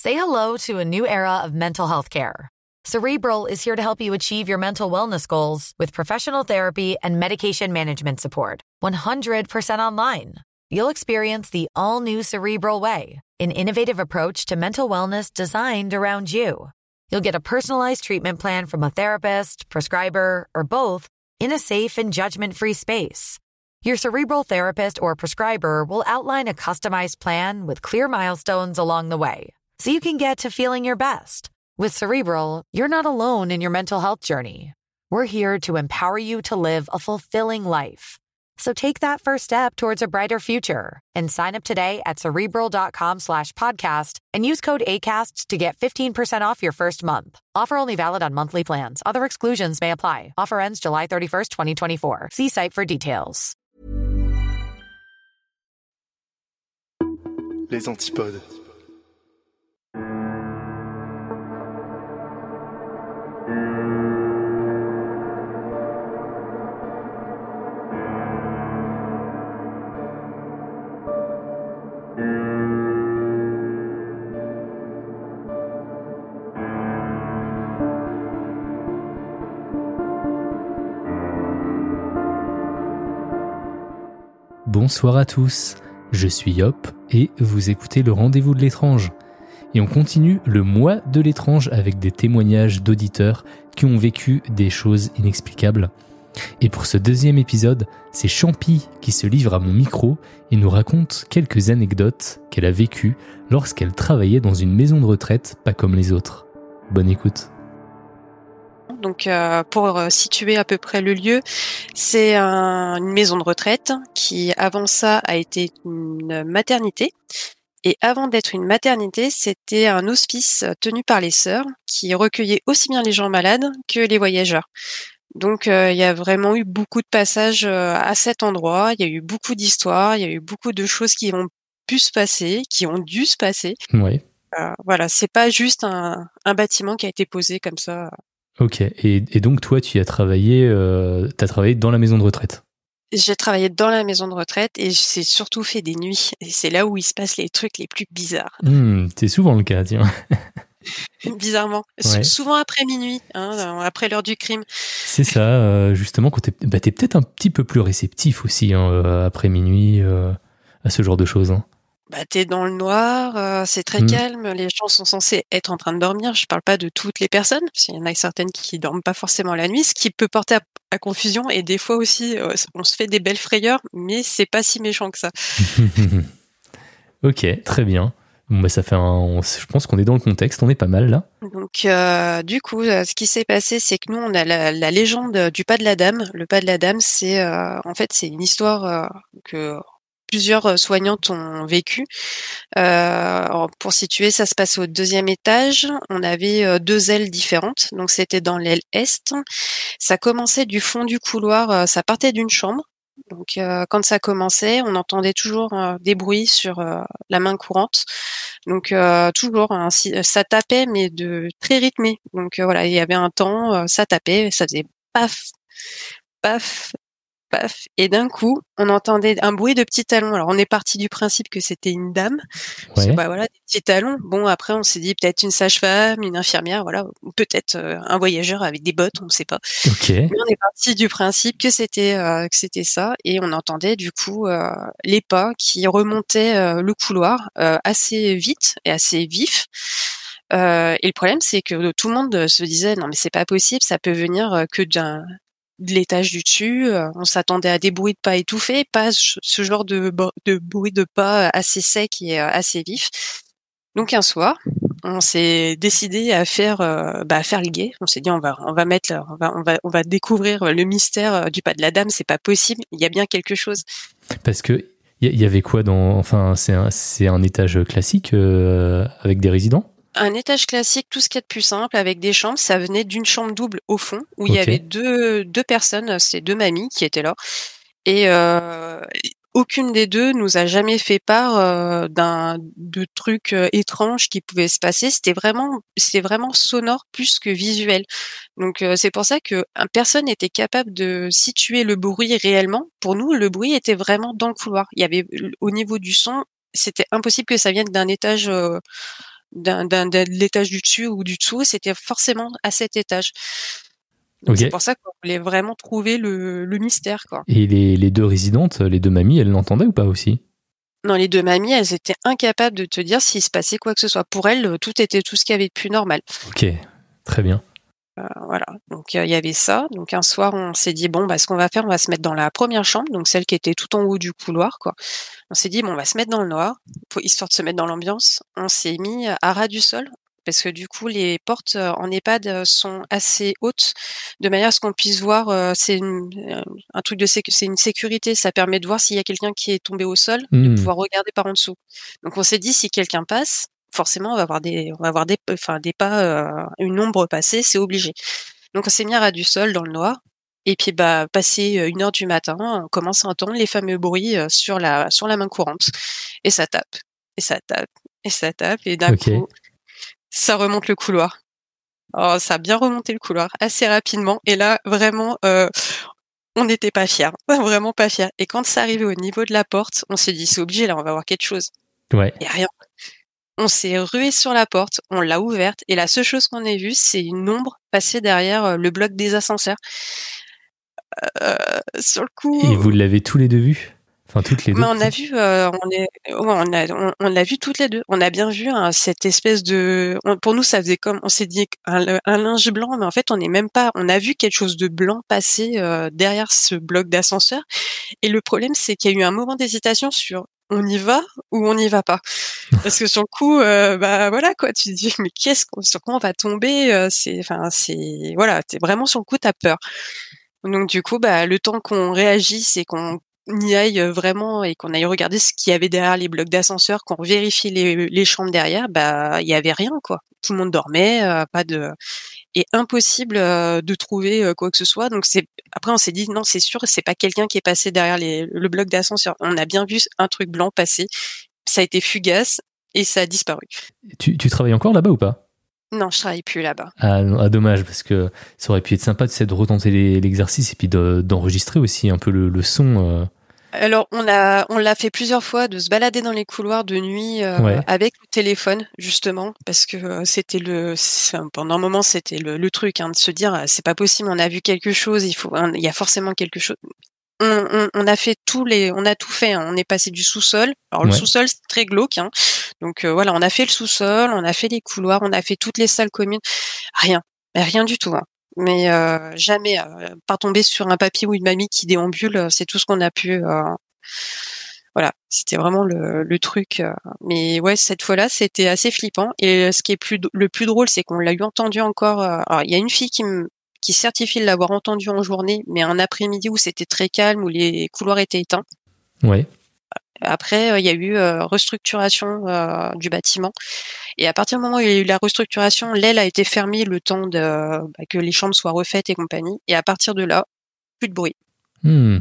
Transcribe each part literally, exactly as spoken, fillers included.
Say hello to a new era of mental health care. Cerebral is here to help you achieve your mental wellness goals with professional therapy and medication management support. one hundred percent online. You'll experience the all-new Cerebral Way, an innovative approach to mental wellness designed around you. You'll get a personalized treatment plan from a therapist, prescriber, or both in a safe and judgment-free space. Your Cerebral therapist or prescriber will outline a customized plan with clear milestones along the way, so you can get to feeling your best. With Cerebral, you're not alone in your mental health journey. We're here to empower you to live a fulfilling life. So take that first step towards a brighter future and sign up today at Cerebral.com slash podcast and use code ACAST to get fifteen percent off your first month. Offer only valid on monthly plans. Other exclusions may apply. Offer ends July thirty-first, twenty twenty-four. See site for details. Les antipodes. Bonsoir à tous, je suis Yop et vous écoutez le Rendez-vous de l'étrange. Et on continue le mois de l'étrange avec des témoignages d'auditeurs qui ont vécu des choses inexplicables. Et pour ce deuxième épisode, c'est Champy qui se livre à mon micro et nous raconte quelques anecdotes qu'elle a vécues lorsqu'elle travaillait dans une maison de retraite pas comme les autres. Bonne écoute. Donc, euh, pour euh, situer à peu près le lieu, c'est un, une maison de retraite qui, avant ça, a été une maternité. Et avant d'être une maternité, c'était un hospice tenu par les sœurs qui recueillait aussi bien les gens malades que les voyageurs. Donc, euh, il y a vraiment eu beaucoup de passages euh, à cet endroit. Il y a eu beaucoup d'histoires, il y a eu beaucoup de choses qui ont pu se passer, qui ont dû se passer. Oui. Euh, voilà, c'est pas juste un, un bâtiment qui a été posé comme ça. Ok, et, et donc toi, tu y as travaillé, euh, t'as travaillé dans la maison de retraite. J'ai travaillé dans la maison de retraite et j'ai surtout fait des nuits. Et c'est là où il se passe les trucs les plus bizarres. Mmh, c'est souvent le cas, tiens. Bizarrement. Ouais. Souvent après minuit, hein, après l'heure du crime. C'est ça, euh, justement, quand t'es, bah, t'es peut-être un petit peu plus réceptif aussi, hein, euh, après minuit, euh, à ce genre de choses. Hein. Bah, t'es dans le noir, euh, c'est très Mmh. calme, les gens sont censés être en train de dormir. Je parle pas de toutes les personnes, parce qu'il y en a certaines qui dorment pas forcément la nuit, ce qui peut porter à, à confusion, et des fois aussi, euh, on se fait des belles frayeurs, mais c'est pas si méchant que ça. Ok, très bien. Bon, bah, ça fait un, on- je pense qu'on est dans le contexte, on est pas mal là. Donc, euh, du coup, euh, ce qui s'est passé, c'est que nous, on a la, la légende du pas de la dame. Le pas de la dame, c'est, euh, en fait, c'est une histoire euh, que plusieurs soignantes ont vécu. Euh, pour situer, ça se passe au deuxième étage. On avait euh, deux ailes différentes, donc c'était dans l'aile est. Ça commençait du fond du couloir, euh, ça partait d'une chambre. Donc euh, quand ça commençait, on entendait toujours euh, des bruits sur euh, la main courante. Donc euh, toujours, hein, si, ça tapait, mais de très rythmé. Donc euh, voilà, il y avait un temps, euh, ça tapait, ça faisait paf, paf, paf, et d'un coup, on entendait un bruit de petits talons. Alors, on est parti du principe que c'était une dame. Parce que, Ouais. bah voilà, des petits talons. Bon, après, on s'est dit peut-être une sage-femme, une infirmière, voilà, ou peut-être euh, un voyageur avec des bottes, on ne sait pas. Ok. Mais on est parti du principe que c'était euh, que c'était ça, et on entendait du coup euh, les pas qui remontaient euh, le couloir euh, assez vite et assez vif. Euh, et le problème, c'est que tout le monde se disait non mais c'est pas possible, ça peut venir euh, que d'un de l'étage du dessus. Euh, on s'attendait à des bruits de pas étouffés, pas ce ce genre de, bo- de bruit de pas assez sec et euh, assez vif. Donc un soir, on s'est décidé à faire, euh, bah, à faire le guet. On s'est dit on va, on va mettre, on va, on va, on va découvrir le mystère euh, du pas de la dame. C'est pas possible. Il y a bien quelque chose. Parce que il y, y avait quoi dans, enfin, c'est un, c'est un étage classique euh, avec des résidents. Un étage classique, tout ce qu'il y a de plus simple, avec des chambres. Ça venait d'une chambre double au fond, où il y Ok. avait deux, deux personnes, c'est deux mamies qui étaient là. Et euh, aucune des deux nous a jamais fait part euh, d'un de trucs euh, étranges qui pouvaient se passer. C'était vraiment, c'était vraiment sonore plus que visuel. Donc euh, c'est pour ça que euh, personne n'était capable de situer le bruit réellement. Pour nous, le bruit était vraiment dans le couloir. Il y avait au niveau du son, c'était impossible que ça vienne d'un étage. Euh, d'un, d'un, de l'étage du dessus ou du dessous, c'était forcément à cet étage. Donc Ok. c'est pour ça qu'on voulait vraiment trouver le, le mystère, quoi. Et les, les deux résidentes, les deux mamies, elles l'entendaient ou pas aussi? Non, les deux mamies, elles étaient incapables de te dire s'il se passait quoi que ce soit. Pour elles, tout était tout ce qu'il y avait de plus normal. Ok, très bien. Euh, voilà. Donc il euh, y avait ça. Donc un soir, on s'est dit bon, bah ce qu'on va faire, on va se mettre dans la première chambre, donc celle qui était tout en haut du couloir, quoi. On s'est dit bon, on va se mettre dans le noir, pour, histoire de se mettre dans l'ambiance. On s'est mis à ras du sol. Parce que du coup, les portes en EHPAD sont assez hautes, de manière à ce qu'on puisse voir. Euh, c'est une, un truc de sécu- c'est une sécurité. Ça permet de voir s'il y a quelqu'un qui est tombé au sol, mmh. de pouvoir regarder par en dessous. Donc on s'est dit si quelqu'un passe, forcément on va avoir des, on va avoir des, enfin des pas, euh, une ombre passer, c'est obligé. Donc on s'est mis à ras du sol dans le noir. Et puis bah passé une heure du matin, on commence à entendre les fameux bruits sur la sur la main courante. Et ça tape, et ça tape, et ça tape, et d'un okay. coup. Ça remonte le couloir. Oh, ça a bien remonté le couloir assez rapidement. Et là, vraiment, euh, on n'était pas fiers. Vraiment pas fiers. Et quand ça arrivait au niveau de la porte, on s'est dit, c'est obligé, là, on va voir quelque chose. Ouais. Et rien. On s'est rué sur la porte, on l'a ouverte. Et la seule chose qu'on ait vue, c'est une ombre passer derrière le bloc des ascenseurs. Euh, sur le coup... Et vous l'avez tous les deux vus? Enfin, toutes les deux. Mais on a vu, euh, on est, ouais, on a, on, on l'a vu toutes les deux. On a bien vu hein, cette espèce de, on, pour nous ça faisait comme, on s'est dit un, un linge blanc, mais en fait on n'est même pas. On a vu quelque chose de blanc passer euh, derrière ce bloc d'ascenseur. Et le problème c'est qu'il y a eu un moment d'hésitation sur on y va ou on n'y va pas. Parce que sur le coup, euh, bah voilà quoi, tu te dis mais qu'est-ce qu'on, sur quoi on va tomber euh, C'est, enfin c'est, voilà, t'es vraiment sur le coup t'as peur. Donc du coup, bah le temps qu'on réagisse et qu'on y aille vraiment et qu'on aille regarder ce qu'il y avait derrière les blocs d'ascenseur, qu'on vérifie les, les chambres derrière, bah il y avait rien quoi. Tout le monde dormait, euh, pas de et impossible euh, de trouver euh, quoi que ce soit. Donc c'est après on s'est dit non c'est sûr c'est pas quelqu'un qui est passé derrière les, le bloc d'ascenseur. On a bien vu un truc blanc passer, ça a été fugace et ça a disparu. Tu, tu travailles encore là-bas ou pas? Non, je travaille plus là-bas. Ah, ah dommage parce que ça aurait pu être sympa de retenter les, l'exercice et puis de, d'enregistrer aussi un peu le, le son. Euh... Alors, on l'a, on l'a fait plusieurs fois, de se balader dans les couloirs de nuit euh, ouais. avec le téléphone, justement, parce que euh, c'était le, pendant un moment, c'était le, le truc, hein, de se dire, c'est pas possible, on a vu quelque chose, il faut, il y a forcément quelque chose. On, on, on a fait tous les, on a tout fait. Hein. On est passé du sous-sol. Alors le ouais. sous-sol c'est très glauque, hein. Donc euh, voilà, on a fait le sous-sol, on a fait les couloirs, on a fait toutes les salles communes. Rien, rien du tout. Hein. Mais euh, jamais, euh, pas tomber sur un papy ou une mamie qui déambule. C'est tout ce qu'on a pu. Euh, voilà, c'était vraiment le, le truc. Euh, mais ouais, cette fois-là, c'était assez flippant. Et ce qui est plus, le plus drôle, c'est qu'on l'a eu entendu encore. Euh, alors il y a une fille qui me qui certifie l'avoir entendu en journée, mais un après-midi où c'était très calme, où les couloirs étaient éteints. Ouais. Après, il y a eu euh, restructuration euh, du bâtiment. Et à partir du moment où il y a eu la restructuration, l'aile a été fermée le temps de, bah, que les chambres soient refaites et compagnie. Et à partir de là, plus de bruit. Hmm.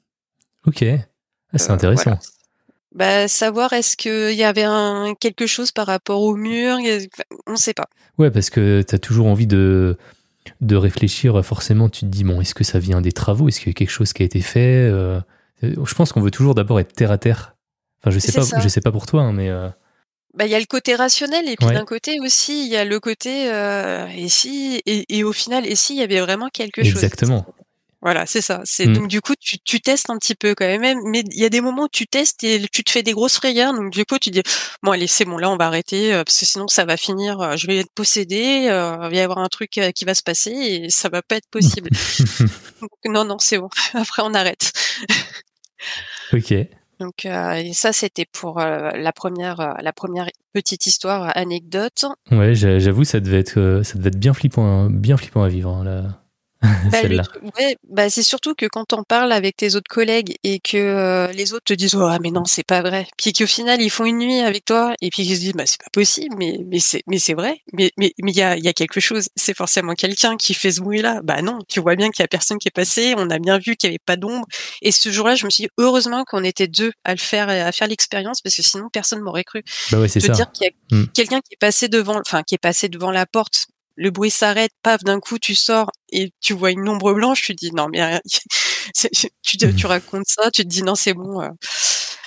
Ok. Ah, c'est euh, intéressant. Voilà. Bah, savoir est-ce qu'il y avait un, quelque chose par rapport au mur, on ne sait pas. Ouais, parce que tu as toujours envie de... de réfléchir, forcément, tu te dis, bon, est-ce que ça vient des travaux? Est-ce qu'il y a quelque chose qui a été fait? euh, Je pense qu'on veut toujours d'abord être terre à terre. Enfin, je sais c'est pas, ça. je sais pas pour toi, hein, mais... Euh... Bah, il y a le côté rationnel, et puis ouais. d'un côté aussi, il y a le côté, euh, et si, et, et au final, et si, il y avait vraiment quelque Exactement. chose. Exactement. Voilà, c'est ça. C'est mmh. Donc du coup, tu, tu testes un petit peu quand même, mais il y a des moments où tu testes et tu te fais des grosses frayeurs. Donc du coup, tu dis bon allez, c'est bon là, on va arrêter euh, parce que sinon ça va finir. Euh, je vais être possédée, euh, il va y avoir un truc euh, qui va se passer et ça va pas être possible. Donc, non non, c'est bon. Après on arrête. Ok. Donc euh, et ça c'était pour euh, la première euh, la première petite histoire anecdote. Ouais, j'avoue ça devait être euh, ça devait être bien flippant, hein, bien flippant à vivre hein, là. Bah, le, ouais, bah c'est surtout que quand on parle avec tes autres collègues et que euh, les autres te disent oh mais non c'est pas vrai, puis qu'au final ils font une nuit avec toi et puis ils se disent bah c'est pas possible mais mais c'est mais c'est vrai mais mais mais il y a il y a quelque chose, c'est forcément quelqu'un qui fait ce bruit là. Bah non, tu vois bien qu'il y a personne qui est passé, on a bien vu qu'il y avait pas d'ombre et ce jour-là je me suis dit heureusement qu'on était deux à le faire à faire l'expérience parce que sinon personne m'aurait cru. Bah ouais, c'est te ça. dire qu'il y a mmh. quelqu'un qui est passé devant enfin qui est passé devant la porte. Le bruit s'arrête, paf, d'un coup, tu sors et tu vois une ombre blanche, tu te dis, non, mais tu, tu racontes ça, tu te dis, non, c'est bon.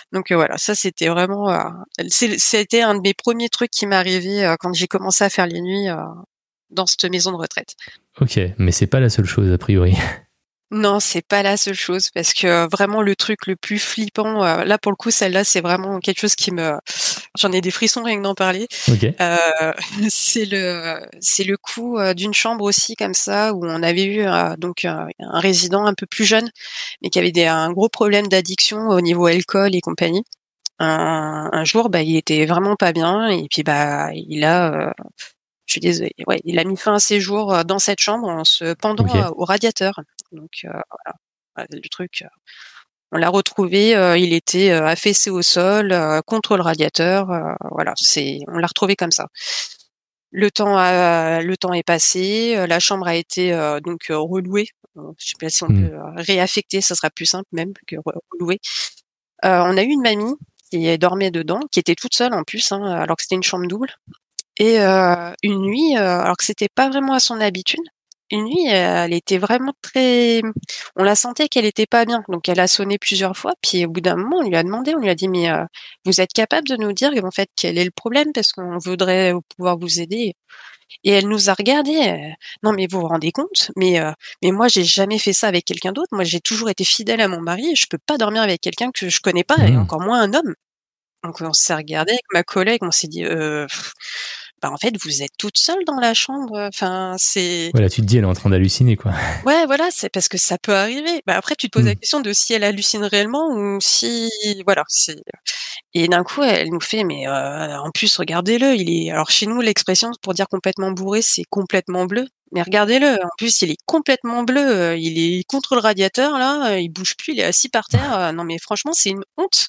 Donc euh, voilà, ça c'était vraiment, euh, c'est, c'était un de mes premiers trucs qui m'est arrivé euh, quand j'ai commencé à faire les nuits euh, dans cette maison de retraite. Ok, mais c'est pas la seule chose a priori. Non, c'est pas la seule chose parce que euh, vraiment le truc le plus flippant, euh, là pour le coup, celle-là, c'est vraiment quelque chose qui me, j'en ai des frissons rien que d'en parler. Ok. Euh, c'est le, c'est le coup euh, d'une chambre aussi comme ça où on avait eu euh, donc euh, un résident un peu plus jeune, mais qui avait des, un gros problème d'addiction au niveau alcool et compagnie. Un, un jour, bah, il était vraiment pas bien et puis bah, il a, euh, je suis désolée, ouais, il a mis fin à ses jours euh, dans cette chambre en se pendant Ok. euh, au radiateur. Donc euh, voilà, Ouais, le truc. euh, On l'a retrouvé, euh, il était euh, affaissé au sol euh, contre le radiateur. euh, voilà, c'est, on l'a retrouvé comme ça. Le temps a, le temps est passé, euh, la chambre a été euh, donc euh, relouée. Euh, Je sais pas si on Hmm. peut euh, réaffecter, ça sera plus simple même que re- relouer. Euh, on a eu une mamie qui dormait dedans, qui était toute seule en plus, hein, alors que c'était une chambre double. Et euh, une nuit, euh, alors que c'était pas vraiment à son habitude, une nuit, euh, elle était vraiment très, on la sentait qu'elle était pas bien. Donc elle a sonné plusieurs fois, puis au bout d'un moment, on lui a demandé, on lui a dit, mais euh, vous êtes capable de nous dire en fait quel est le problème parce qu'on voudrait pouvoir vous aider. Et elle nous a regardé. euh, non mais vous vous rendez compte? Mais euh, mais moi j'ai jamais fait ça avec quelqu'un d'autre. Moi j'ai toujours été fidèle à mon mari et je peux pas dormir avec quelqu'un que je connais pas et Hmm. encore moins un homme. Donc on s'est regardé avec ma collègue, on s'est dit, euh, pff, bah en fait vous êtes toute seule dans la chambre. Enfin c'est Voilà, tu te dis, elle est en train d'halluciner, quoi. ouais voilà, c'est parce que ça peut arriver. Bah après tu te poses Hmm. la question de si elle hallucine réellement ou si voilà c'est et d'un coup elle nous fait mais euh, en plus regardez-le, il est alors chez nous l'expression pour dire complètement bourré c'est complètement bleu. Mais regardez-le, en plus il est complètement bleu, euh, il est contre le radiateur là, euh, il bouge plus, il est assis par terre. euh, non mais franchement c'est une honte.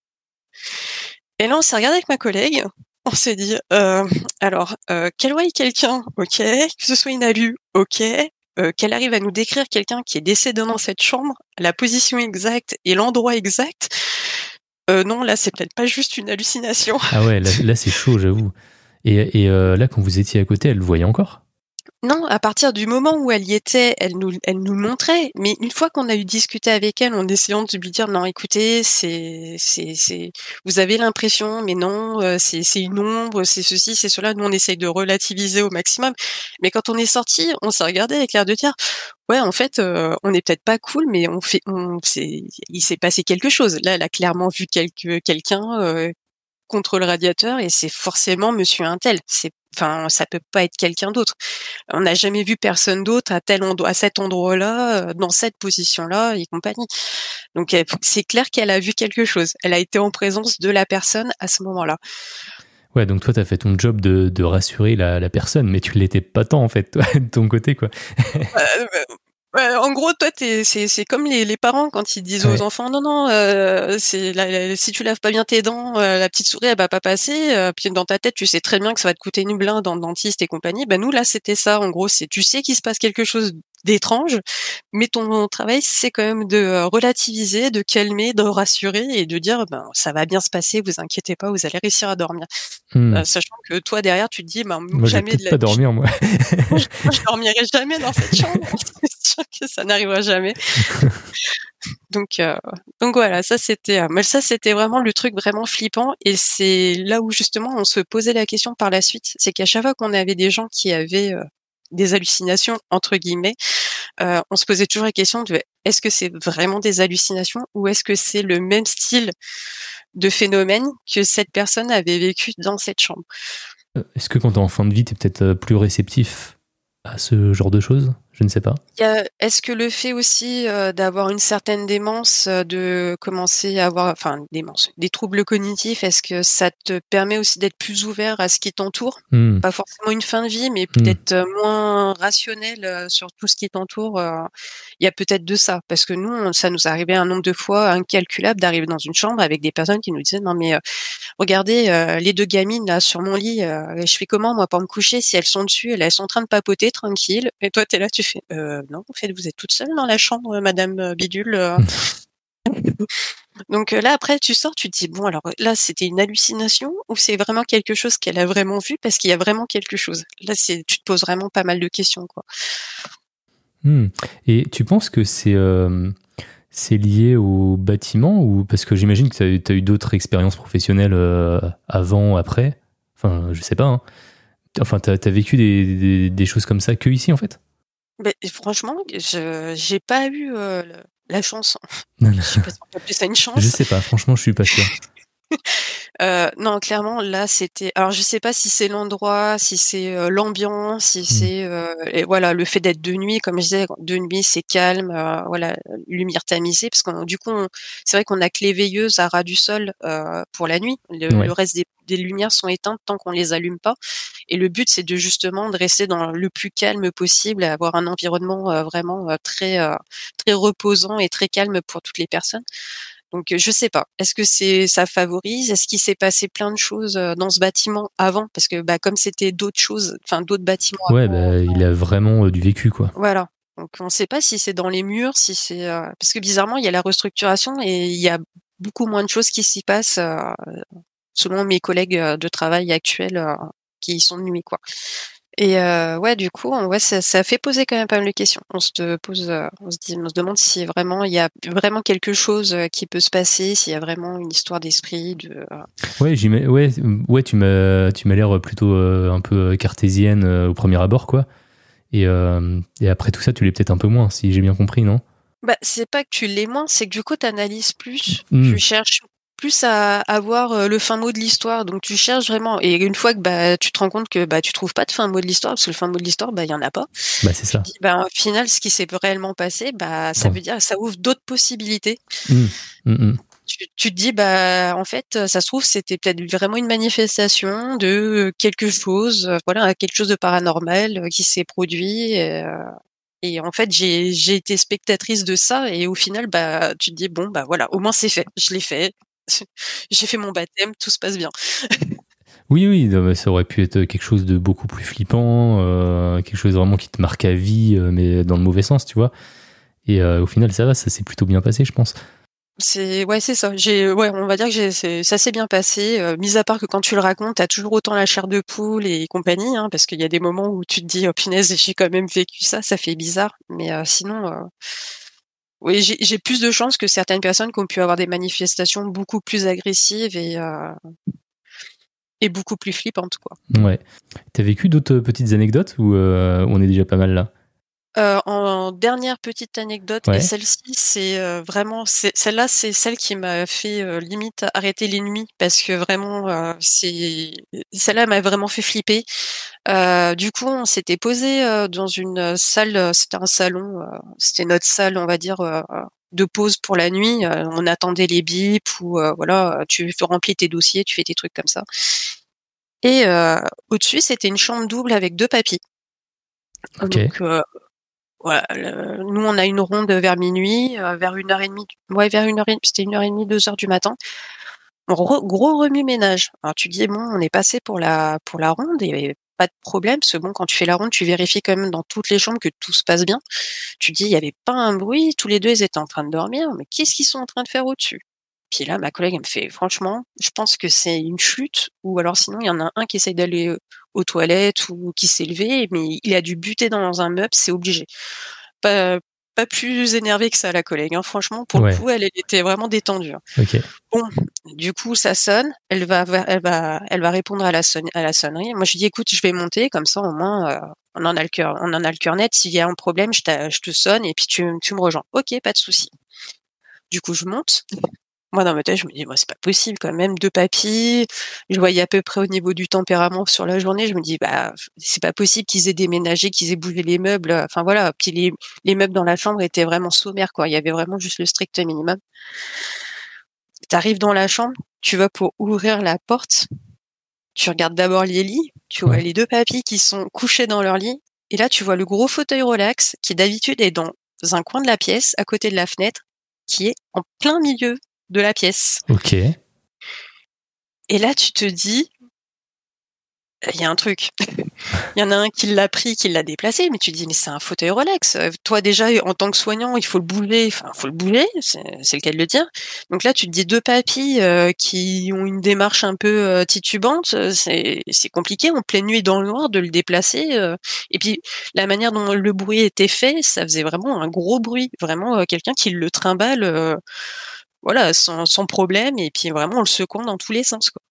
Et là, on s'est regardé avec ma collègue. On s'est dit, euh, alors, euh, qu'elle voie quelqu'un, ok, que ce soit une alu, ok, euh, qu'elle arrive à nous décrire quelqu'un qui est décédé dans cette chambre, la position exacte et l'endroit exact. Euh, non, là, c'est peut-être pas juste une hallucination. Ah ouais, là, là, c'est chaud, j'avoue. Et, et euh, là, quand vous étiez à côté, elle le voyait encore? Non, à partir du moment où elle y était, elle nous, elle nous le montrait. Mais une fois qu'on a eu discuté avec elle, en essayant de lui dire non, écoutez, c'est, c'est, c'est, vous avez l'impression, mais non, euh, c'est, c'est une ombre, c'est ceci, c'est cela. Nous, on essaye de relativiser au maximum. Mais quand on est sorti, on s'est regardé avec l'air de dire, ouais, en fait, euh, on n'est peut-être pas cool, mais on fait, on, c'est, il s'est passé quelque chose. Là, elle a clairement vu quelque, quelqu'un. Euh, contre le radiateur et c'est forcément monsieur untel. C'est, enfin, ça peut pas être quelqu'un d'autre. On n'a jamais vu personne d'autre à tel endroit, à cet endroit-là, euh, dans cette position-là et compagnie. Donc elle- c'est clair qu'elle a vu quelque chose. Elle a été en présence de la personne à ce moment-là. Ouais, donc toi, t'as fait ton job de, de rassurer la, la personne, mais tu l'étais pas tant, en fait, toi, de ton côté, quoi. Euh, Ouais, en gros, toi, t'es, c'est, c'est comme les, les parents quand ils disent aux Ouais. enfants, non, non, euh, c'est la- la- si tu laves pas bien tes dents, euh, la petite souris, elle va pas passer. Euh, puis dans ta tête, tu sais très bien que ça va te coûter une blinde dans le dentiste et compagnie. Ben nous, là, c'était ça. En gros, c'est tu sais qu'il se passe quelque chose d'étrange, mais ton travail, c'est quand même de euh, relativiser, de calmer, de rassurer et de dire, ben ça va bien se passer, vous inquiétez pas, vous allez réussir à dormir. Hmm. Euh, sachant que toi, derrière, tu te dis, ben Moi, je vais jamais de peut-être la, pas dormir, moi. moi, je, moi, je dormirai jamais dans cette chambre. C'est sûr que ça n'arrivera jamais. Donc, euh, donc voilà, ça c'était, euh, mais ça c'était vraiment le truc vraiment flippant. Et c'est là où justement on se posait la question par la suite, c'est qu'à chaque fois qu'on avait des gens qui avaient euh, des hallucinations entre guillemets, euh, on se posait toujours la question de est-ce que c'est vraiment des hallucinations ou est-ce que c'est le même style de phénomène que cette personne avait vécu dans cette chambre. Est-ce que quand t'es en fin de vie, t'es peut-être euh, plus réceptif à ce genre de choses? Je ne sais pas. Il y a- Est-ce que le fait aussi euh, d'avoir une certaine démence, euh, de commencer à avoir, enfin, démence, des troubles cognitifs, est-ce que ça te permet aussi d'être plus ouvert à ce qui t'entoure? Hmm. Pas forcément une fin de vie, mais Hmm. peut-être euh, moins rationnel euh, sur tout ce qui t'entoure. euh, Il y a peut-être de ça, parce que nous, on- ça nous arrivait un nombre de fois incalculable d'arriver dans une chambre avec des personnes qui nous disaient non mais euh, regardez euh, les deux gamines là sur mon lit, euh, je fais comment moi pour me coucher si elles sont dessus, elles, elles sont en train de papoter tranquille, et toi t'es là tu fais euh, non en fait vous êtes toute seule dans la chambre euh, Madame euh, Bidule. euh. Donc euh, là après tu sors, tu te dis bon alors là c'était une hallucination ou c'est vraiment quelque chose qu'elle a vraiment vu parce qu'il y a vraiment quelque chose. Là c'est tu te poses vraiment pas mal de questions quoi. Hmm. Et tu penses que c'est euh, c'est lié au bâtiment ou parce que j'imagine que tu as eu d'autres expériences professionnelles euh, avant, après. Enfin, je sais pas. Hein. Enfin, tu as vécu des, des, des choses comme ça que ici, en fait? Ben, franchement, je j'ai pas eu euh, la chance. Non, Je non. sais pas si on peut appeler ça une chance. Je sais pas, franchement, je suis pas sûr. Euh, non, clairement, là, c'était. Alors, je sais pas si c'est l'endroit, si c'est euh, l'ambiance, si Hmm. c'est euh, et voilà le fait d'être de nuit, comme je disais, de nuit, c'est calme, euh, voilà, lumière tamisée, parce que du coup, on- c'est vrai qu'on a que les veilleuses à ras du sol euh, pour la nuit. Le, Ouais. le reste des, des lumières sont éteintes tant qu'on les allume pas. Et le but, c'est de justement de rester dans le plus calme possible, et avoir un environnement euh, vraiment euh, très euh, très reposant et très calme pour toutes les personnes. Donc je sais pas. Est-ce que c'est ça favorise? Est-ce qu'il s'est passé plein de choses euh, dans ce bâtiment avant? Parce que bah comme c'était d'autres choses, enfin d'autres bâtiments Ouais, avant, bah, il a vraiment euh, du vécu, quoi. voilà. Donc on ne sait pas si c'est dans les murs, si c'est euh, parce que bizarrement il y a la restructuration et il y a beaucoup moins de choses qui s'y passent euh, selon mes collègues euh, de travail actuels euh, qui y sont de nuit quoi. Et euh, ouais, du coup, on- ouais, ça, ça fait poser quand même pas mal de questions. On se te pose, euh, on se dit, on se demande si vraiment il y a vraiment quelque chose euh, qui peut se passer, s'il y a vraiment une histoire d'esprit. De, euh, Ouais, j'y mets- ouais, ouais, tu m'as, tu m'as l'air plutôt euh, un peu cartésienne euh, au premier abord, quoi. Et, euh, et après tout ça, tu l'es peut-être un peu moins, si j'ai bien compris, non? Bah, c'est pas que tu l'aies moins, c'est que du coup, tu analyses plus, Hmm. tu cherches plus à avoir euh, le fin mot de l'histoire. Donc, tu cherches vraiment. Et une fois que bah, tu te rends compte que bah, tu trouves pas de fin mot de l'histoire, parce que le fin mot de l'histoire, bah, il y en a pas. Bah, c'est Tu te ça. dis, bah, au final, ce qui s'est réellement passé, bah, ça Attends. veut dire, ça ouvre d'autres possibilités. Hmm. Hmm, hmm. Tu, tu te dis, bah, en fait, ça se trouve, c'était peut-être vraiment une manifestation de quelque chose, euh, voilà, quelque chose de paranormal euh, qui s'est produit. euh, et en fait, j'ai j'ai été spectatrice de ça et au final, bah, tu te dis bon, bah voilà, au moins c'est fait, je l'ai fait, j'ai fait mon baptême, tout se passe bien. Oui, oui, non, mais ça aurait pu être quelque chose de beaucoup plus flippant, euh, quelque chose vraiment qui te marque à vie, euh, mais dans le mauvais sens, tu vois. Et euh, au final, ça va, ça s'est plutôt bien passé, je pense. C'est ouais, c'est ça. J'ai ouais, on va dire que j'ai c'est ça s'est bien passé. Euh, mis à part que quand tu le racontes, t'as toujours autant la chair de poule et compagnie, hein, parce qu'il y a des moments où tu te dis oh punaise, j'ai quand même vécu ça, ça fait bizarre. Mais euh, sinon, euh, oui, j'ai j'ai plus de chances que certaines personnes qui ont pu avoir des manifestations beaucoup plus agressives et euh, et beaucoup plus flippantes, quoi. Ouais. T'as vécu d'autres petites anecdotes ou euh, on est déjà pas mal là? Heu, en dernière petite anecdote et Ouais. celle-ci, c'est, heu, vraiment c'est celle-là, c'est celle qui m'a fait, heu, limite arrêter les nuits parce que vraiment, heu, c'est celle-là m'a vraiment fait flipper. Heu, du coup, on s'était posé dans une salle, heu, c'était un salon, heu, c'était notre salle, on va dire, heu, de pause pour la nuit. Heu, on attendait les bips ou, heu, voilà, tu remplis tes dossiers, tu fais tes trucs comme ça et heu, au-dessus, c'était une chambre double avec deux papys. Ok. Donc heu voilà, le nous, on a une ronde vers minuit, heu, vers une heure et demie, ouais, vers une heure et c'était une heure et demie, deux heures du matin. Re Gros remue-ménage. Alors tu dis: «Bon, on est passé pour la pour la ronde et il y avait pas de problème», parce que bon, quand tu fais la ronde, tu vérifies quand même dans toutes les chambres que tout se passe bien. Tu dis: «Il y avait pas un bruit, tous les deux ils étaient en train de dormir, mais qu'est-ce qu'ils sont en train de faire au-dessus?» Puis là, ma collègue, elle me fait: «Franchement, je pense que c'est une chute ou alors sinon il y en a un qui essaye d'aller, heu, aux toilettes ou qui s'est levé, mais il a dû buter dans un meuble, c'est obligé». Pas pas plus énervée que ça la collègue, hein. Franchement, pour le Ouais. coup, elle, elle était vraiment détendue, hein. Ok. Bon, du coup, ça sonne, elle va ver elle va elle va répondre à la sonn à la sonnerie. Moi, je lui dis: «Écoute, je vais monter comme ça au moins, heu, on en a le cœur on en a le cœur net. S'il y a un problème, je t'a je te sonne et puis tu tu me rejoins». «OK, pas de souci». Du coup, je monte. Moi, dans ma tête, je me dis: «Moi, c'est pas possible quand même, deux papys». Je voyais à peu près au niveau du tempérament sur la journée, je me dis: «Bah, c'est pas possible qu'ils aient déménagé, qu'ils aient bougé les meubles», enfin voilà. Puis les les meubles dans la chambre étaient vraiment sommaires, quoi. Il y avait vraiment juste le strict minimum. Tu arrives dans la chambre, tu vas pour ouvrir la porte, tu regardes d'abord les lits, tu vois Ouais. les deux papys qui sont couchés dans leur lit et là, tu vois le gros fauteuil relax qui d'habitude est dans un coin de la pièce, à côté de la fenêtre, qui est en plein milieu de la pièce. Ok. Et là, tu te dis il y a un truc. Il y en a un qui l'a pris, qui l'a déplacé, mais tu dis, mais c'est un fauteuil relax. Euh, Toi, déjà, en tant que soignant, il faut le bouger, enfin, faut le bouger, c'est, c'est le cas de le dire. Donc là, tu te dis deux papis euh, qui ont une démarche un peu euh, titubante, euh, c'est, c'est compliqué, en pleine nuit dans le noir, de le déplacer. euh. Et puis, la manière dont le bruit était fait, ça faisait vraiment un gros bruit. Vraiment, euh, quelqu'un qui le trimballe, euh, voilà, sans, sans problème, et puis vraiment, on le secouant dans tous les sens, quoi.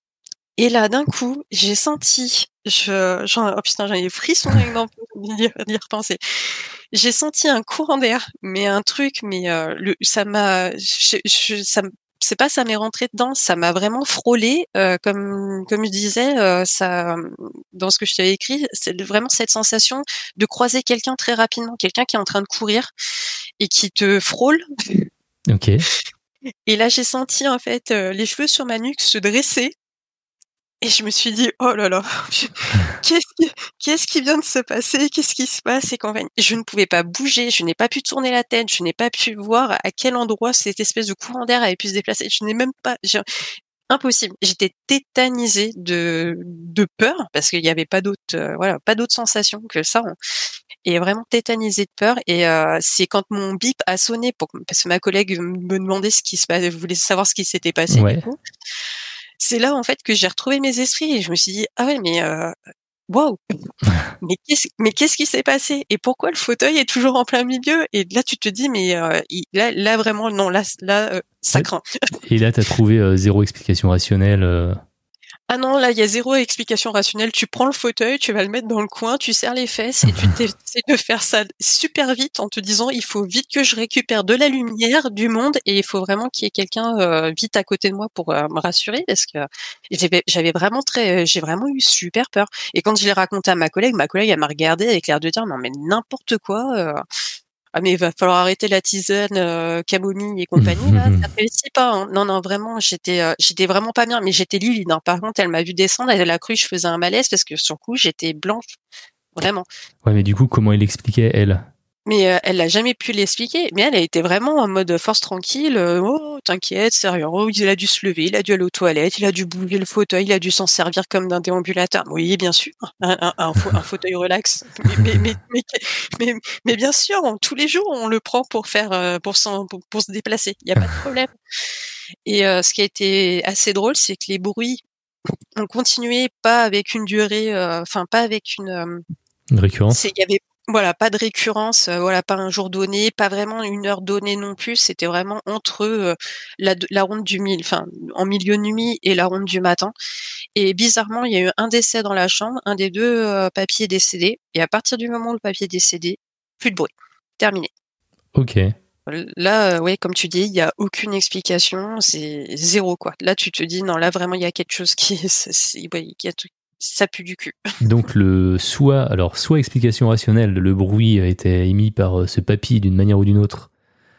Et là, d'un coup, j'ai senti, je, j'en, oh putain, j'en ai des frissons rien que d'en- d'y d'y repenser. J'ai senti un courant d'air, mais un truc, mais euh, le, ça m'a, je, je- ça, m- c'est pas ça m'est rentré dedans, ça m'a vraiment frôlé, euh, comme comme je disais, euh, ça, dans ce que je t'avais écrit, c'est vraiment cette sensation de croiser quelqu'un très rapidement, quelqu'un qui est en train de courir et qui te frôle. Ok. Et là, j'ai senti en fait euh, les cheveux sur ma nuque se dresser. Et je me suis dit: «Oh là là, qu'est-ce qui qu'est-ce qui vient de se passer? Qu'est-ce qui se passe?» et compagnie. Je ne pouvais pas bouger, je n'ai pas pu tourner la tête, je n'ai pas pu voir à quel endroit cette espèce de courant d'air avait pu se déplacer. Je n'ai même pas je impossible. J'étais tétanisée de de peur parce qu'il y avait pas d'autre, heu, voilà, pas d'autre sensation que ça, hein, et vraiment tétanisée de peur. Et heu, c'est quand mon bip a sonné pour parce que ma collègue me demandait ce qui se passait, voulait savoir ce qui s'était passé du Ouais. coup. C'est là, en fait, que j'ai retrouvé mes esprits et je me suis dit: «Ah ouais, mais heu, waouh! Mais qu'est-ce mais qu'est-ce qui s'est passé? Et pourquoi le fauteuil est toujours en plein milieu?» Et là, tu te dis: «Mais heu, il là là vraiment non, là là, heu, ça Ouais. craint». Et là, t'as trouvé euh, zéro explication rationnelle. euh. Ah non, là, il y a zéro explication rationnelle. Tu prends le fauteuil, tu vas le mettre dans le coin, tu serres les fesses et tu essaies de faire ça super vite en te disant: «Il faut vite que je récupère de la lumière, du monde et il faut vraiment qu'il y ait quelqu'un, heu, vite à côté de moi pour, heu, me rassurer», parce que j'avais j'avais vraiment très j'ai vraiment eu super peur. Et quand je l'ai raconté à ma collègue, ma collègue, elle m'a regardée avec l'air de dire: «Non mais n'importe quoi, heu, ah mais il va falloir arrêter la tisane, heu, camomille et compagnie là, ça réussit pas, hein». Non, non, vraiment, j'étais, heu, j'étais vraiment pas bien, mais j'étais livide, hein. Par contre, elle m'a vu descendre, elle a cru que je faisais un malaise parce que sur le coup, j'étais blanche, vraiment. Ouais, mais du coup, comment il expliquait, elle? Mais heu, elle a jamais pu l'expliquer, mais elle, elle était vraiment en mode force tranquille, heu: «Oh t'inquiète, c'est rien. Oh il a dû se lever, il a dû aller aux toilettes, il a dû bouger le fauteuil, il a dû s'en servir comme d'un déambulateur». Oui, bien sûr, un un un fau un fauteuil relax. Mais mais mais mais mais mais bien sûr, on tous les jours, on le prend pour faire, heu, pour s'en pour pour se déplacer. Il y a pas de problème. Et heu, ce qui a été assez drôle, c'est que les bruits ont continué, pas avec une durée, heu, enfin pas avec une, hem Une c'est récurrence? il y avait voilà, pas de récurrence, heu, voilà, pas un jour donné, pas vraiment une heure donnée non plus. C'était vraiment entre, heu, la d la ronde du mil enfin, en milieu de nuit et la ronde du matin. Et bizarrement, il y a eu un décès dans la chambre, un des deux heu, papiers est décédé et à partir du moment où le papier est décédé, plus de bruit. Terminé. Ok. L là, heu, ouais, comme tu dis, il y a aucune explication, c'est zéro quoi. Là, tu te dis: «Non, là, vraiment, il y a quelque chose qui c'est c'est ouais, il y a truc ça pue du cul». Donc, le soit, alors, soit explication rationnelle, le bruit a été émis par euh, ce papy d'une manière ou d'une autre.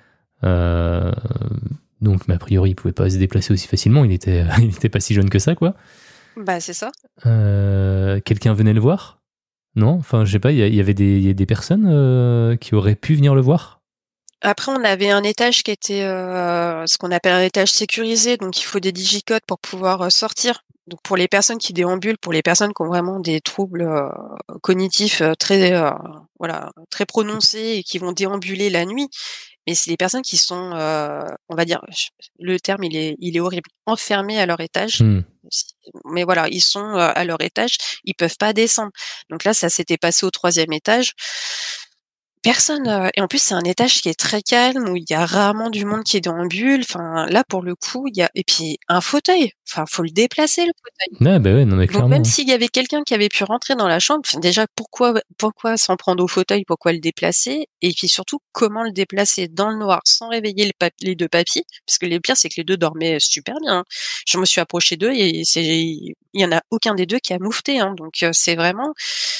Euh, donc, mais a priori, il pouvait pas se déplacer aussi facilement. Il était, il était pas si jeune que ça, quoi. Bah, c'est ça. Euh, quelqu'un venait le voir? Non? Enfin, je sais pas, il y, a- il y avait des, il y a des personnes euh, qui auraient pu venir le voir? Après, on avait un étage qui était, heu, ce qu'on appelle un étage sécurisé, donc il faut des digicodes pour pouvoir, heu, sortir. Donc pour les personnes qui déambulent, pour les personnes qui ont vraiment des troubles, heu, cognitifs, heu, très, heu, voilà, très prononcés et qui vont déambuler la nuit. Mais c'est des personnes qui sont, heu, on va dire, ch le terme il est il est horrible, enfermés à leur étage. Hmm. Si mais voilà, ils sont, heu, à leur étage, ils peuvent pas descendre. Donc là, ça s'était passé au troisième étage. Personne, heu et en plus, c'est un étage qui est très calme, où il y a rarement du monde qui déambule. Enfin, là, pour le coup, il y a et puis un fauteuil, enfin, faut le déplacer le fauteuil. Ouais, bah ouais, non, mais Donc même clairement. s'il y avait quelqu'un qui avait pu rentrer dans la chambre, enfin, déjà pourquoi pourquoi s'en prendre au fauteuil? Pourquoi le déplacer? Et puis surtout, comment le déplacer dans le noir sans réveiller les pap les deux papys? Parce que le pire, c'est que les deux dormaient super bien, hein. Je me suis approchée d'eux et c'est il y en a aucun des deux qui a moufté, hein. Donc heu, c'est vraiment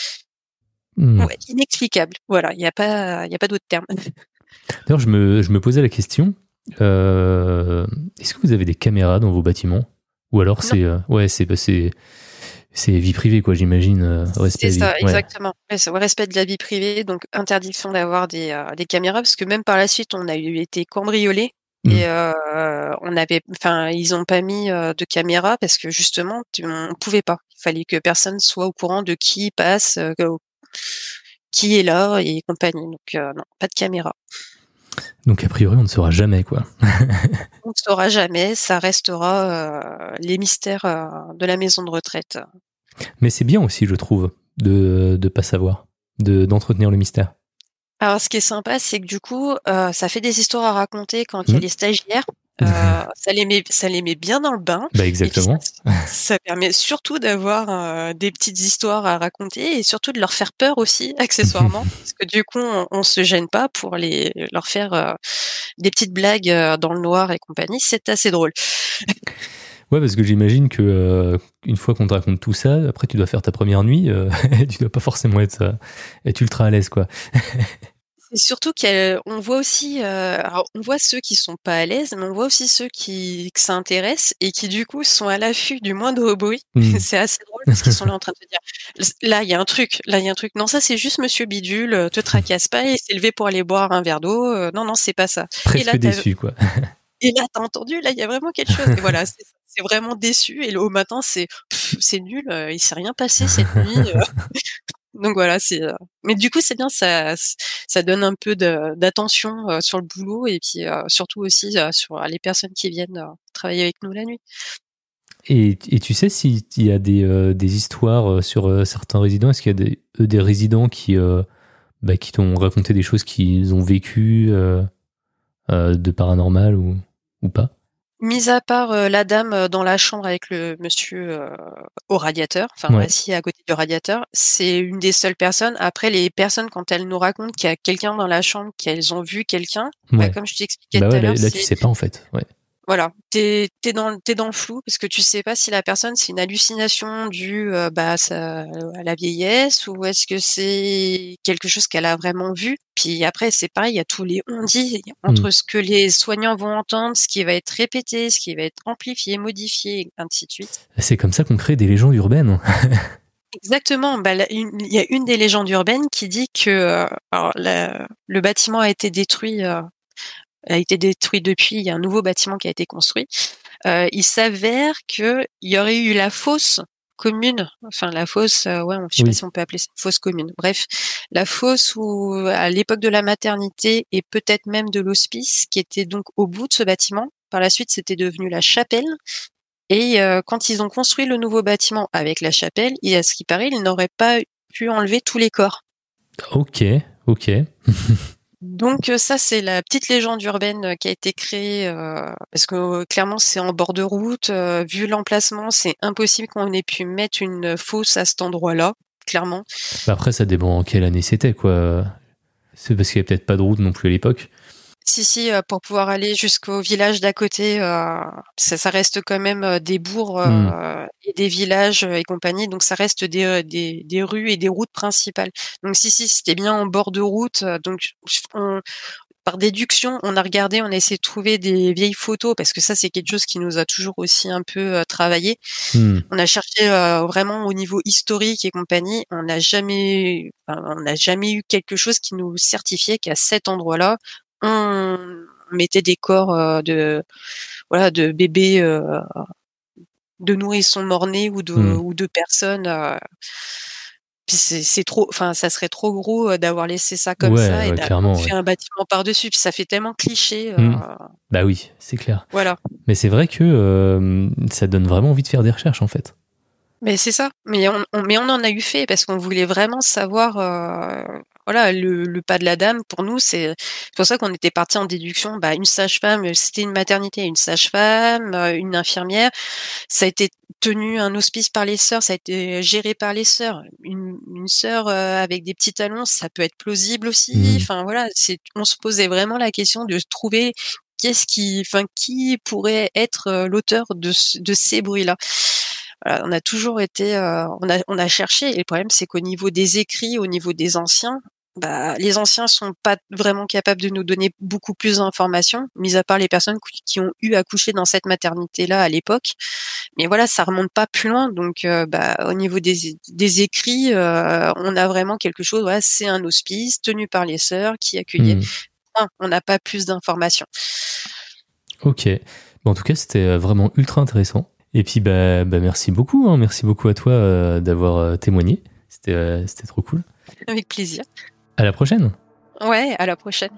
Hmm. ouais, inexplicable. Voilà, il y a pas il y a pas d'autre terme. D'ailleurs, je me, je me posais la question, euh, est-ce que vous avez des caméras dans vos bâtiments? Ou alors Non, c'est euh, ouais, c'est bah, c'est c'est vie privée quoi, j'imagine, euh, c'est respect vie. ça, Ouais. exactement. Ouais, c'est ouais, respect de la vie privée, donc interdiction d'avoir des, heu, des caméras parce que même par la suite, on a eu été cambriolés Hmm. et heu, on avait enfin, ils ont pas mis, heu, de caméras parce que justement, tu on pouvait pas. fallait que personne soit au courant de qui passe, euh, qui est là et compagnie. Donc euh, non, pas de caméra. Donc a priori, on ne saura jamais, quoi. On ne saura jamais, ça restera euh, les mystères euh, de la maison de retraite. Mais c'est bien aussi, je trouve, de ne pas savoir, de, d'entretenir le mystère. Alors, ce qui est sympa, c'est que du coup, euh, ça fait des histoires à raconter quand il y a Mmh. les stagiaires. Euh, ça les met, ça les met bien dans le bain. Bah exactement. Et puis ça, ça permet surtout d'avoir euh, des petites histoires à raconter et surtout de leur faire peur aussi, accessoirement, parce que du coup, on, on se gêne pas pour les leur faire euh, des petites blagues euh, dans le noir et compagnie. C'est assez drôle. Ouais, parce que j'imagine que euh, une fois qu'on te raconte tout ça, après tu dois faire ta première nuit, euh, tu dois pas forcément être, euh, être ultra à l'aise, quoi. Et surtout qu'on voit aussi, euh, alors on voit ceux qui sont pas à l'aise, mais on voit aussi ceux qui que ça intéresse et qui du coup sont à l'affût du moindre bruit. Mmh. C'est assez drôle parce qu'ils sont là en train de se dire, là il y a un truc, là il y a un truc. Non, ça c'est juste Monsieur Bidule, euh, te tracasse pas, il s'est levé pour aller boire un verre d'eau. Euh, non non, c'est pas ça. Et Presque là t'as, déçu, quoi. et là t'as entendu, là il y a vraiment quelque chose. Et voilà, c'est, c'est vraiment déçu. Et le, au matin c'est, pff, c'est nul, euh, il s'est rien passé cette nuit. euh. Donc voilà, c'est. euh, Mais du coup, c'est bien, ça, ça donne un peu de, d'attention euh, sur le boulot et puis euh, surtout aussi euh, sur euh, les personnes qui viennent euh, travailler avec nous la nuit. Et, et tu sais s'il y a des, euh, des histoires euh, sur euh, certains résidents, est-ce qu'il y a des, eux, des résidents qui, euh, bah, qui t'ont raconté des choses qu'ils ont vécues euh, euh, de paranormal ou, ou pas? Mis à part euh, la dame euh, dans la chambre avec le monsieur euh, au radiateur, enfin Ouais. assis à côté du radiateur, c'est une des seules personnes. Après, les personnes, quand elles nous racontent qu'il y a quelqu'un dans la chambre, qu'elles ont vu quelqu'un, bah, Ouais. comme je t'expliquais Bah tout ouais, à là, l'heure, là, tu c'est sais pas en fait. Ouais. voilà, t'es t'es dans t'es dans le flou parce que tu sais pas si la personne c'est une hallucination due euh, bah ça, à la vieillesse ou est-ce que c'est quelque chose qu'elle a vraiment vu. Puis après c'est pareil, il y a tous les on-dit entre Mm. ce que les soignants vont entendre, ce qui va être répété, ce qui va être amplifié, modifié, et ainsi de suite. C'est comme ça qu'on crée des légendes urbaines. Exactement. Bah, la- une- il y a une des légendes urbaines qui dit que euh, alors, la- le bâtiment a été détruit. euh, a été détruit depuis, il y a un nouveau bâtiment qui a été construit. Euh, il s'avère qu'il y aurait eu la fosse commune, enfin la fosse, euh, ouais, je sais Oui. pas si on peut appeler ça fosse commune. Bref, la fosse où à l'époque de la maternité et peut-être même de l'hospice, qui était donc au bout de ce bâtiment. Par la suite, c'était devenu la chapelle. Et euh, quand ils ont construit le nouveau bâtiment avec la chapelle, et à ce qui paraît, ils n'auraient pas pu enlever tous les corps. Ok, ok. Donc euh, ça, c'est la petite légende urbaine euh, qui a été créée, euh, parce que euh, clairement, c'est en bord de route. euh, vu l'emplacement, c'est impossible qu'on ait pu mettre une fosse à cet endroit-là, clairement. Bah après, ça dépend en quelle année c'était, quoi. C'est parce qu'il y a peut-être pas de route non plus à l'époque. Si, si, euh, pour pouvoir aller jusqu'au village d'à côté, euh, ça, ça reste quand même euh, des bourgs euh, et des villages euh, et compagnie, donc ça reste des, euh, des, des rues et des routes principales. Donc si, si, c'était bien en bord de route. euh, Donc on, par déduction, on a regardé, on a essayé de trouver des vieilles photos parce que ça, c'est quelque chose qui nous a toujours aussi un peu euh, travaillé. Mm. On a cherché euh, vraiment au niveau historique et compagnie. On n'a jamais, enfin, on n'a jamais eu quelque chose qui nous certifiait qu'à cet endroit-là, on mettait des corps euh, de, voilà, de bébés, euh, de nourrissons morts-nés ou de, Mm. ou de personnes. Euh, puis c'est, c'est trop, enfin, ça serait trop gros euh, d'avoir laissé ça comme Ouais, ça et ouais, d'avoir clairement, fait ouais. un bâtiment par-dessus. Puis ça fait tellement cliché. Euh, Mm. Bah oui, c'est clair. Voilà. Mais c'est vrai que euh, ça donne vraiment envie de faire des recherches, en fait. Mais c'est ça. Mais on, on- mais on en a eu fait parce qu'on voulait vraiment savoir. euh, voilà, le, le pas de la dame pour nous, c'est c'est pour ça qu'on était parti en déduction. Bah, une sage-femme, c'était une maternité, une sage-femme, euh, une infirmière. Ça a été tenu un hospice par les sœurs, ça a été géré par les sœurs. Une, une sœur euh, avec des petits talons, ça peut être plausible aussi. Mm. Enfin voilà, c'est on se posait vraiment la question de trouver qu'est-ce qui, enfin qui pourrait être euh, l'auteur de, ce- de ces bruits-là. Voilà, on a toujours été, euh, on a, on a cherché. Et le problème, c'est qu'au niveau des écrits, au niveau des anciens, bah, les anciens sont pas vraiment capables de nous donner beaucoup plus d'informations, mis à part les personnes qui ont eu à coucher dans cette maternité-là à l'époque. Mais voilà, ça remonte pas plus loin. Donc, euh, bah, au niveau des, des écrits, euh, on a vraiment quelque chose. Ouais, c'est un hospice tenu par les sœurs qui accueillait. Mm. Enfin, on n'a pas plus d'informations. Ok. Bon, en tout cas, c'était vraiment ultra intéressant. Et puis, bah, bah merci beaucoup. Hein. Merci beaucoup à toi euh, d'avoir euh, témoigné. C'était, euh, c'était trop cool. Avec plaisir. À la prochaine. Ouais, à la prochaine.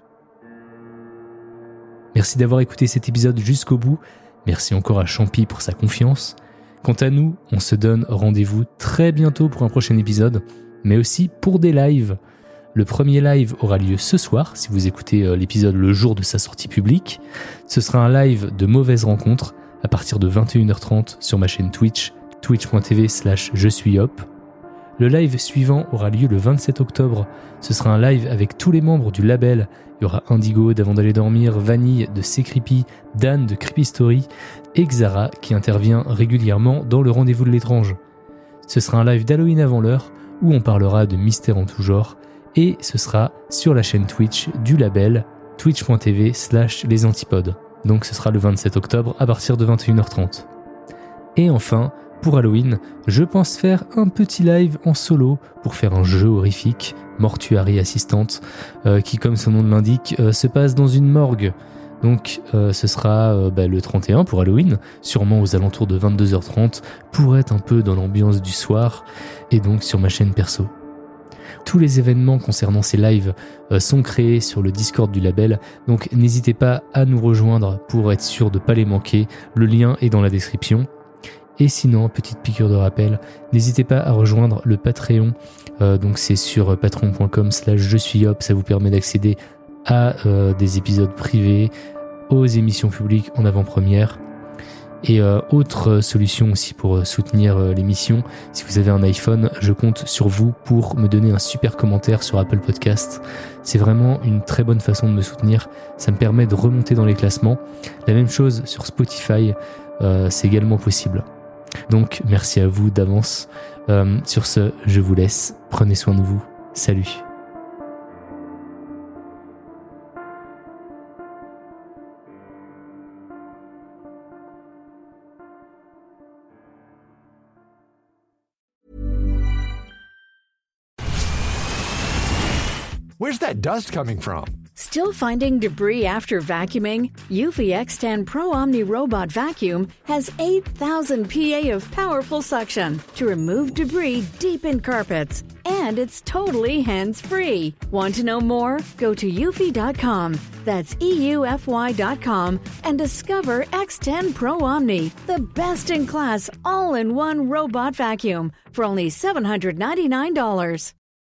Merci d'avoir écouté cet épisode jusqu'au bout. Merci encore à Champy pour sa confiance. Quant à nous, on se donne rendez-vous très bientôt pour un prochain épisode, mais aussi pour des lives. Le premier live aura lieu ce soir, si vous écoutez l'épisode le jour de sa sortie publique. Ce sera un live de Mauvaise Rencontre à partir de vingt et une heures trente sur ma chaîne Twitch, twitch.tv slash je suis hop. Le live suivant aura lieu le vingt-sept octobre. Ce sera un live avec tous les membres du label. Il y aura Indigo d'Avant d'aller dormir, Vanille de C'est Creepy, Dan de Creepy Story et Xara qui intervient régulièrement dans le Rendez-vous de l'étrange. Ce sera un live d'Halloween avant l'heure où on parlera de mystères en tout genre et ce sera sur la chaîne Twitch du label twitch.tv slash les antipodes. Donc ce sera le vingt-sept octobre à partir de vingt et une heures trente. Et enfin, pour Halloween, je pense faire un petit live en solo pour faire un jeu horrifique, Mortuary Assistant, euh, qui comme son nom l'indique, euh, se passe dans une morgue. Donc euh, ce sera euh, bah, le trente et un pour Halloween, sûrement aux alentours de vingt-deux heures trente, pour être un peu dans l'ambiance du soir, et donc sur ma chaîne perso. Tous les événements concernant ces lives euh, sont créés sur le Discord du label, donc n'hésitez pas à nous rejoindre pour être sûr de ne pas les manquer, le lien est dans la description. Et sinon, petite piqûre de rappel, n'hésitez pas à rejoindre le Patreon, euh, donc c'est sur patreon.com slash je suis hop, ça vous permet d'accéder à euh, des épisodes privés, aux émissions publiques en avant-première, et euh, autre solution aussi pour euh, soutenir euh, l'émission, si vous avez un iPhone, je compte sur vous pour me donner un super commentaire sur Apple Podcast. C'est vraiment une très bonne façon de me soutenir, ça me permet de remonter dans les classements. La même chose sur Spotify, euh, c'est également possible. Donc merci à vous d'avance. Euh, sur ce, je vous laisse. Prenez soin de vous. Salut. Where's that dust coming from? Still finding debris after vacuuming? Eufy X ten Pro Omni Robot Vacuum has eight thousand P A of powerful suction to remove debris deep in carpets. And it's totally hands-free. Want to know more? Go to eufy dot com. That's E U F Y dot com and discover X ten Pro Omni, the best-in-class all-in-one robot vacuum for only seven hundred ninety-nine dollars.